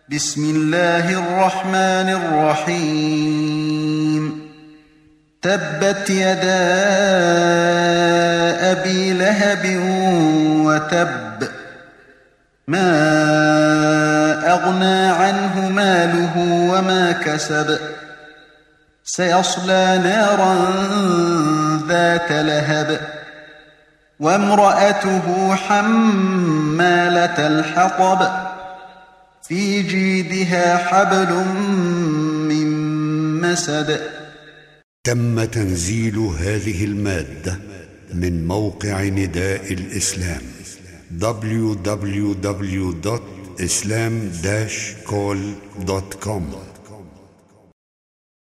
بسم الله الرحمن الرحيم تبت يدا أبي لهب وتب ما أغنى عنه ماله وما كسب سيصلى نارا ذات لهب وامرأته حمالة الحطب في جيدها حبل من مسد. تم تنزيل هذه المادة من موقع نداء الإسلام www.islam-call.com